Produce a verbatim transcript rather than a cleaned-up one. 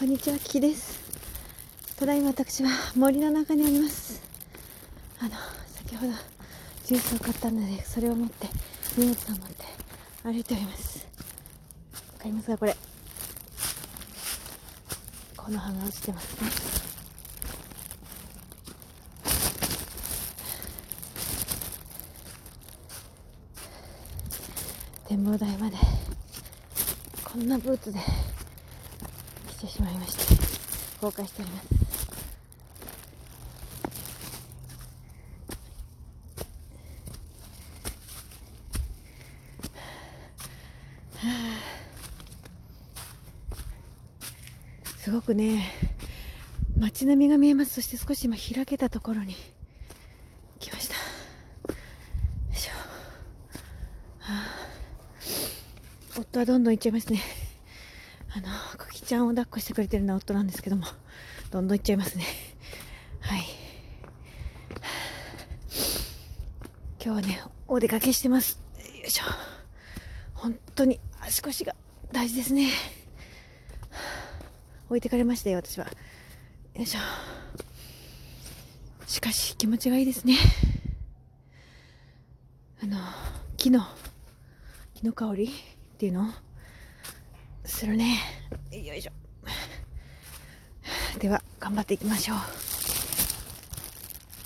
こんにちは、キキです。ただいま私は森の中におります。あの先ほどジュースを買ったので、それを持って荷物を持って歩いております。わかりますか？これこの葉が落ちてますね。展望台までこんなブーツで来てしまいまして、後悔しております。すごくね、街並みが見えます。そして少し今開けたところに来ました。よいしょ。はあ、夫はどんどん行っちゃいますね。あのクキちゃんを抱っこしてくれてるのは夫なんですけども、どんどん行っちゃいますね。はい、今日はねお出かけしてます。よいしょ。本当に足腰が大事ですね。置いてかれましたよ、私は。よいしょ。しかし気持ちがいいですね。あの木の木の香りっていうのするね。よいしょ。では頑張っていきましょう。